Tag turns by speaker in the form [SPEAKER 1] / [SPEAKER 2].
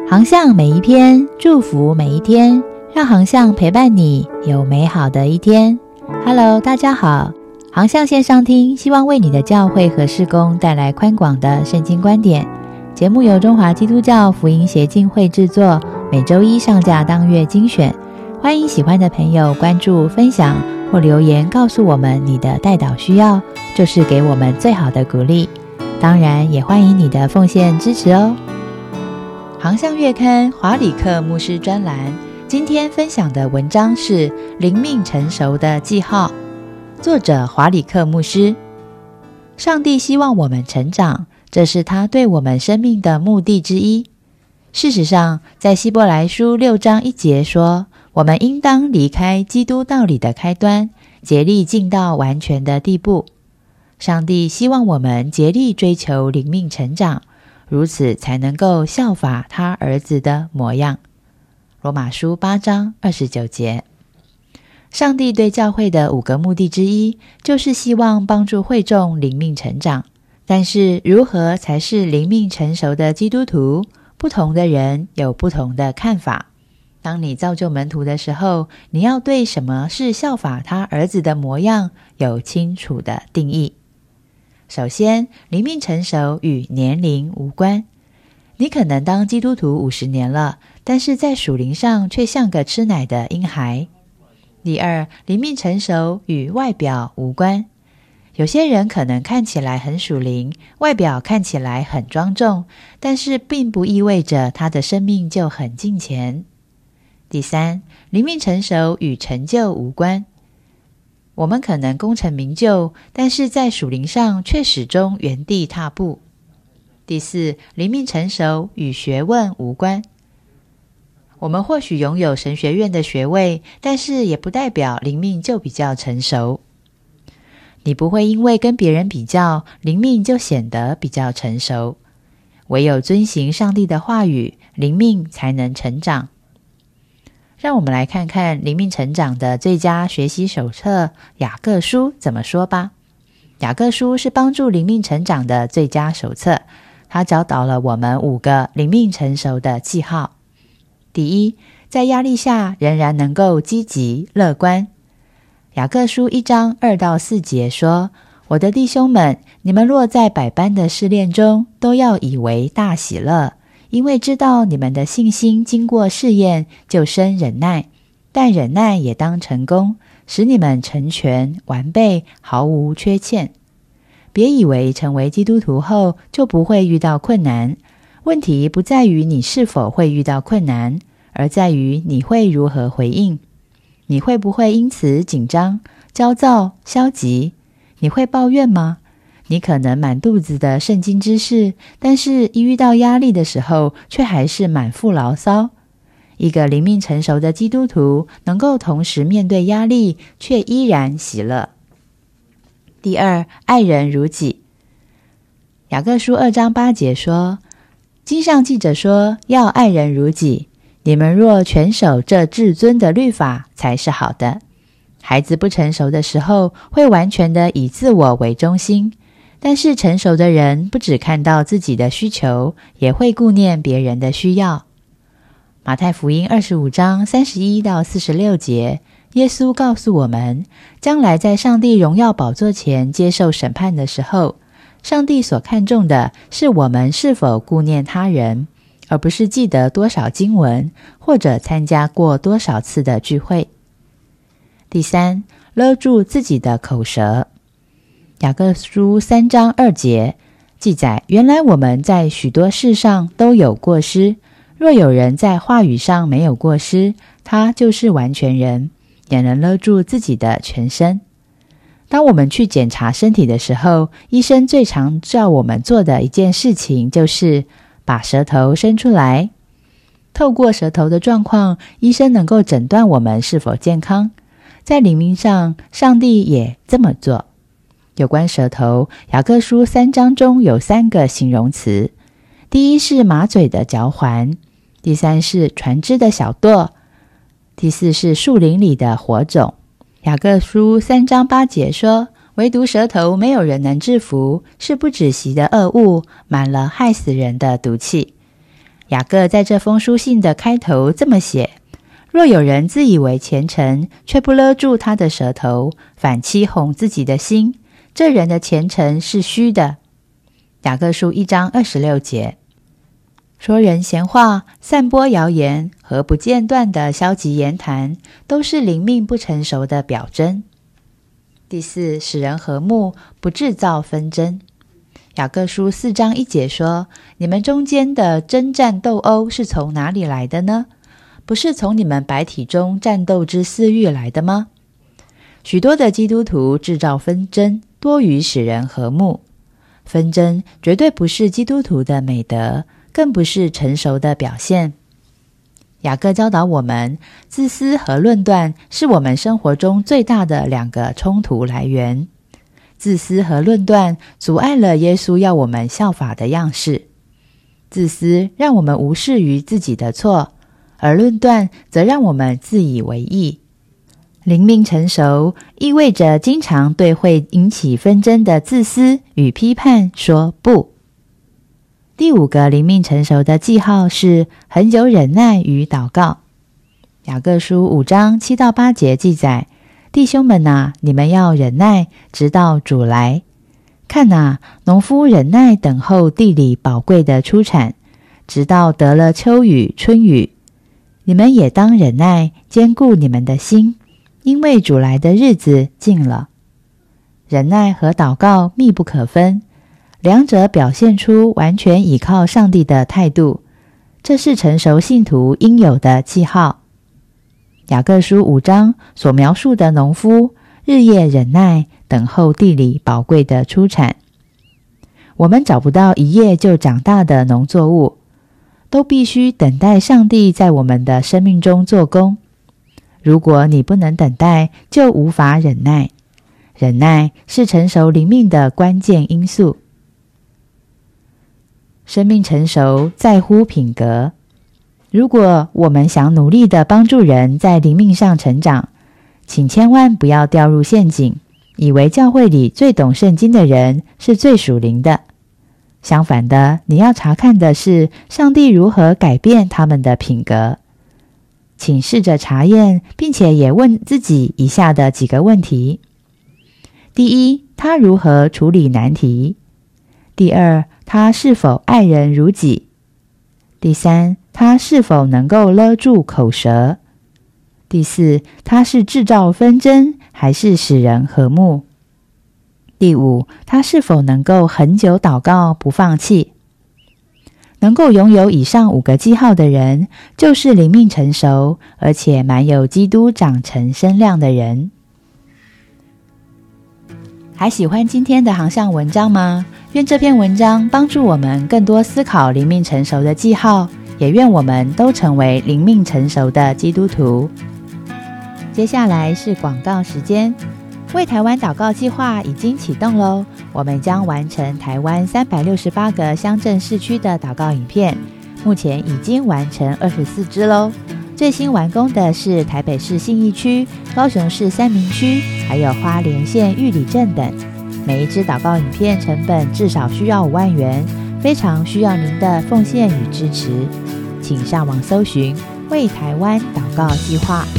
[SPEAKER 1] 航向每一篇，祝福每一天，让航向陪伴你有美好的一天。Hello， 大家好，航向线上听，希望为你的教会和事工带来宽广的圣经观点。节目由中华基督教福音协进会制作，每周一上架当月精选。欢迎喜欢的朋友关注、分享或留言告诉我们你的代祷需要，就是给我们最好的鼓励。当然也欢迎你的奉献支持哦。航向月刊华理克牧师专栏，今天分享的文章是灵命成熟的记号，作者华理克牧师。上帝希望我们成长，这是他对我们生命的目的之一。事实上，在希伯来书6章1节说，我们应当离开基督道理的开端，竭力进到完全的地步。上帝希望我们竭力追求灵命成长，如此才能够效法他儿子的模样。罗马书8章29节。上帝对教会的5个目的之一，就是希望帮助会众灵命成长。但是如何才是灵命成熟的基督徒，不同的人有不同的看法。当你造就门徒的时候，你要对什么是效法他儿子的模样有清楚的定义。首先，灵命成熟与年龄无关。你可能当基督徒50年了，但是在属灵上却像个吃奶的婴孩。第二，灵命成熟与外表无关。有些人可能看起来很属灵，外表看起来很庄重，但是并不意味着他的生命就很敬虔。第三，灵命成熟与成就无关。我们可能功成名就，但是在属灵上却始终原地踏步。第四，灵命成熟与学问无关。我们或许拥有神学院的学位，但是也不代表灵命就比较成熟。你不会因为跟别人比较，灵命就显得比较成熟。唯有遵行上帝的话语，灵命才能成长。让我们来看看灵命成长的最佳学习手册雅各书怎么说吧。雅各书是帮助灵命成长的最佳手册，它教导了我们5个灵命成熟的记号。第一，在压力下仍然能够积极乐观。雅各书1章2到4节说，我的弟兄们，你们若在百般的试炼中，都要以为大喜乐，因为知道你们的信心经过试验，就生忍耐，但忍耐也当成功，使你们成全完备，毫无缺欠。别以为成为基督徒后就不会遇到困难，问题不在于你是否会遇到困难，而在于你会如何回应。你会不会因此紧张、焦躁、消极？你会抱怨吗？你可能满肚子的圣经知识，但是一遇到压力的时候，却还是满腹牢骚。一个灵命成熟的基督徒，能够同时面对压力，却依然喜乐。第二，爱人如己。雅各书2章8节说，经上记着说，要爱人如己。你们若全守这至尊的律法，才是好的。孩子不成熟的时候，会完全的以自我为中心。但是成熟的人不只看到自己的需求，也会顾念别人的需要。马太福音25章31到46节，耶稣告诉我们，将来在上帝荣耀宝座前接受审判的时候，上帝所看重的是我们是否顾念他人，而不是记得多少经文，或者参加过多少次的聚会。第三，勒住自己的口舌。雅各书3章2节记载，原来我们在许多事上都有过失，若有人在话语上没有过失，他就是完全人，也能勒住自己的全身。当我们去检查身体的时候，医生最常叫我们做的一件事情，就是把舌头伸出来。透过舌头的状况，医生能够诊断我们是否健康。在灵命上，上帝也这么做。有关舌头，雅各书3章中有3个形容词。第一是马嘴的嚼环，第三是船只的小舵，第四是树林里的火种。雅各书3章8节说，唯独舌头没有人能制服，是不止息的恶物，满了害死人的毒气。 雅各在这封书信的开头这么写：若有人自以为虔诚，却不勒住他的舌头，反欺哄自己的心，这人的虔诚是虚的。雅各书1章26节。说人闲话、散播谣言和不间断的消极言谈，都是灵命不成熟的表征。第4，使人和睦，不制造纷争。雅各书4章1节说：你们中间的争战斗殴是从哪里来的呢？不是从你们百体中战斗之私欲来的吗？许多的基督徒制造纷争，多于使人和睦。纷争绝对不是基督徒的美德，更不是成熟的表现。雅各教导我们，自私和论断是我们生活中最大的2个冲突来源。自私和论断阻碍了耶稣要我们效法的样式。自私让我们无视于自己的错，而论断则让我们自以为义。灵命成熟意味着经常对会引起纷争的自私与批判说不。第5个灵命成熟的记号是恒久忍耐与祷告。雅各书5章7到8节记载：弟兄们啊，你们要忍耐，直到主来。看啊，农夫忍耐等候地里宝贵的出产，直到得了秋雨春雨。你们也当忍耐，坚固你们的心，因为主来的日子近了。忍耐和祷告密不可分，两者表现出完全倚靠上帝的态度，这是成熟信徒应有的记号。雅各书5章所描述的农夫日夜忍耐，等候地里宝贵的出产。我们找不到一夜就长大的农作物，都必须等待上帝在我们的生命中做工。如果你不能等待，就无法忍耐。忍耐是成熟灵命的关键因素。生命成熟在乎品格。如果我们想努力地帮助人在灵命上成长，请千万不要掉入陷阱，以为教会里最懂圣经的人是最属灵的。相反的，你要查看的是上帝如何改变他们的品格。请试着查验，并且也问自己以下的几个问题。第1，他如何处理难题？第2，他是否爱人如己？第3，他是否能够勒住口舌？第4，他是制造纷争还是使人和睦？第5，他是否能够恒久祷告不放弃？能够拥有以上5个记号的人，就是灵命成熟，而且满有基督长成身量的人。还喜欢今天的航向文章吗？愿这篇文章帮助我们更多思考灵命成熟的记号，也愿我们都成为灵命成熟的基督徒。接下来是广告时间。为台湾祷告计划已经启动咯，我们将完成台湾368个乡镇市区的祷告影片，目前已经完成24支咯。最新完工的是台北市信义区、高雄市三民区，还有花莲县玉里镇等。每一支祷告影片成本至少需要5万元，非常需要您的奉献与支持。请上网搜寻为台湾祷告计划。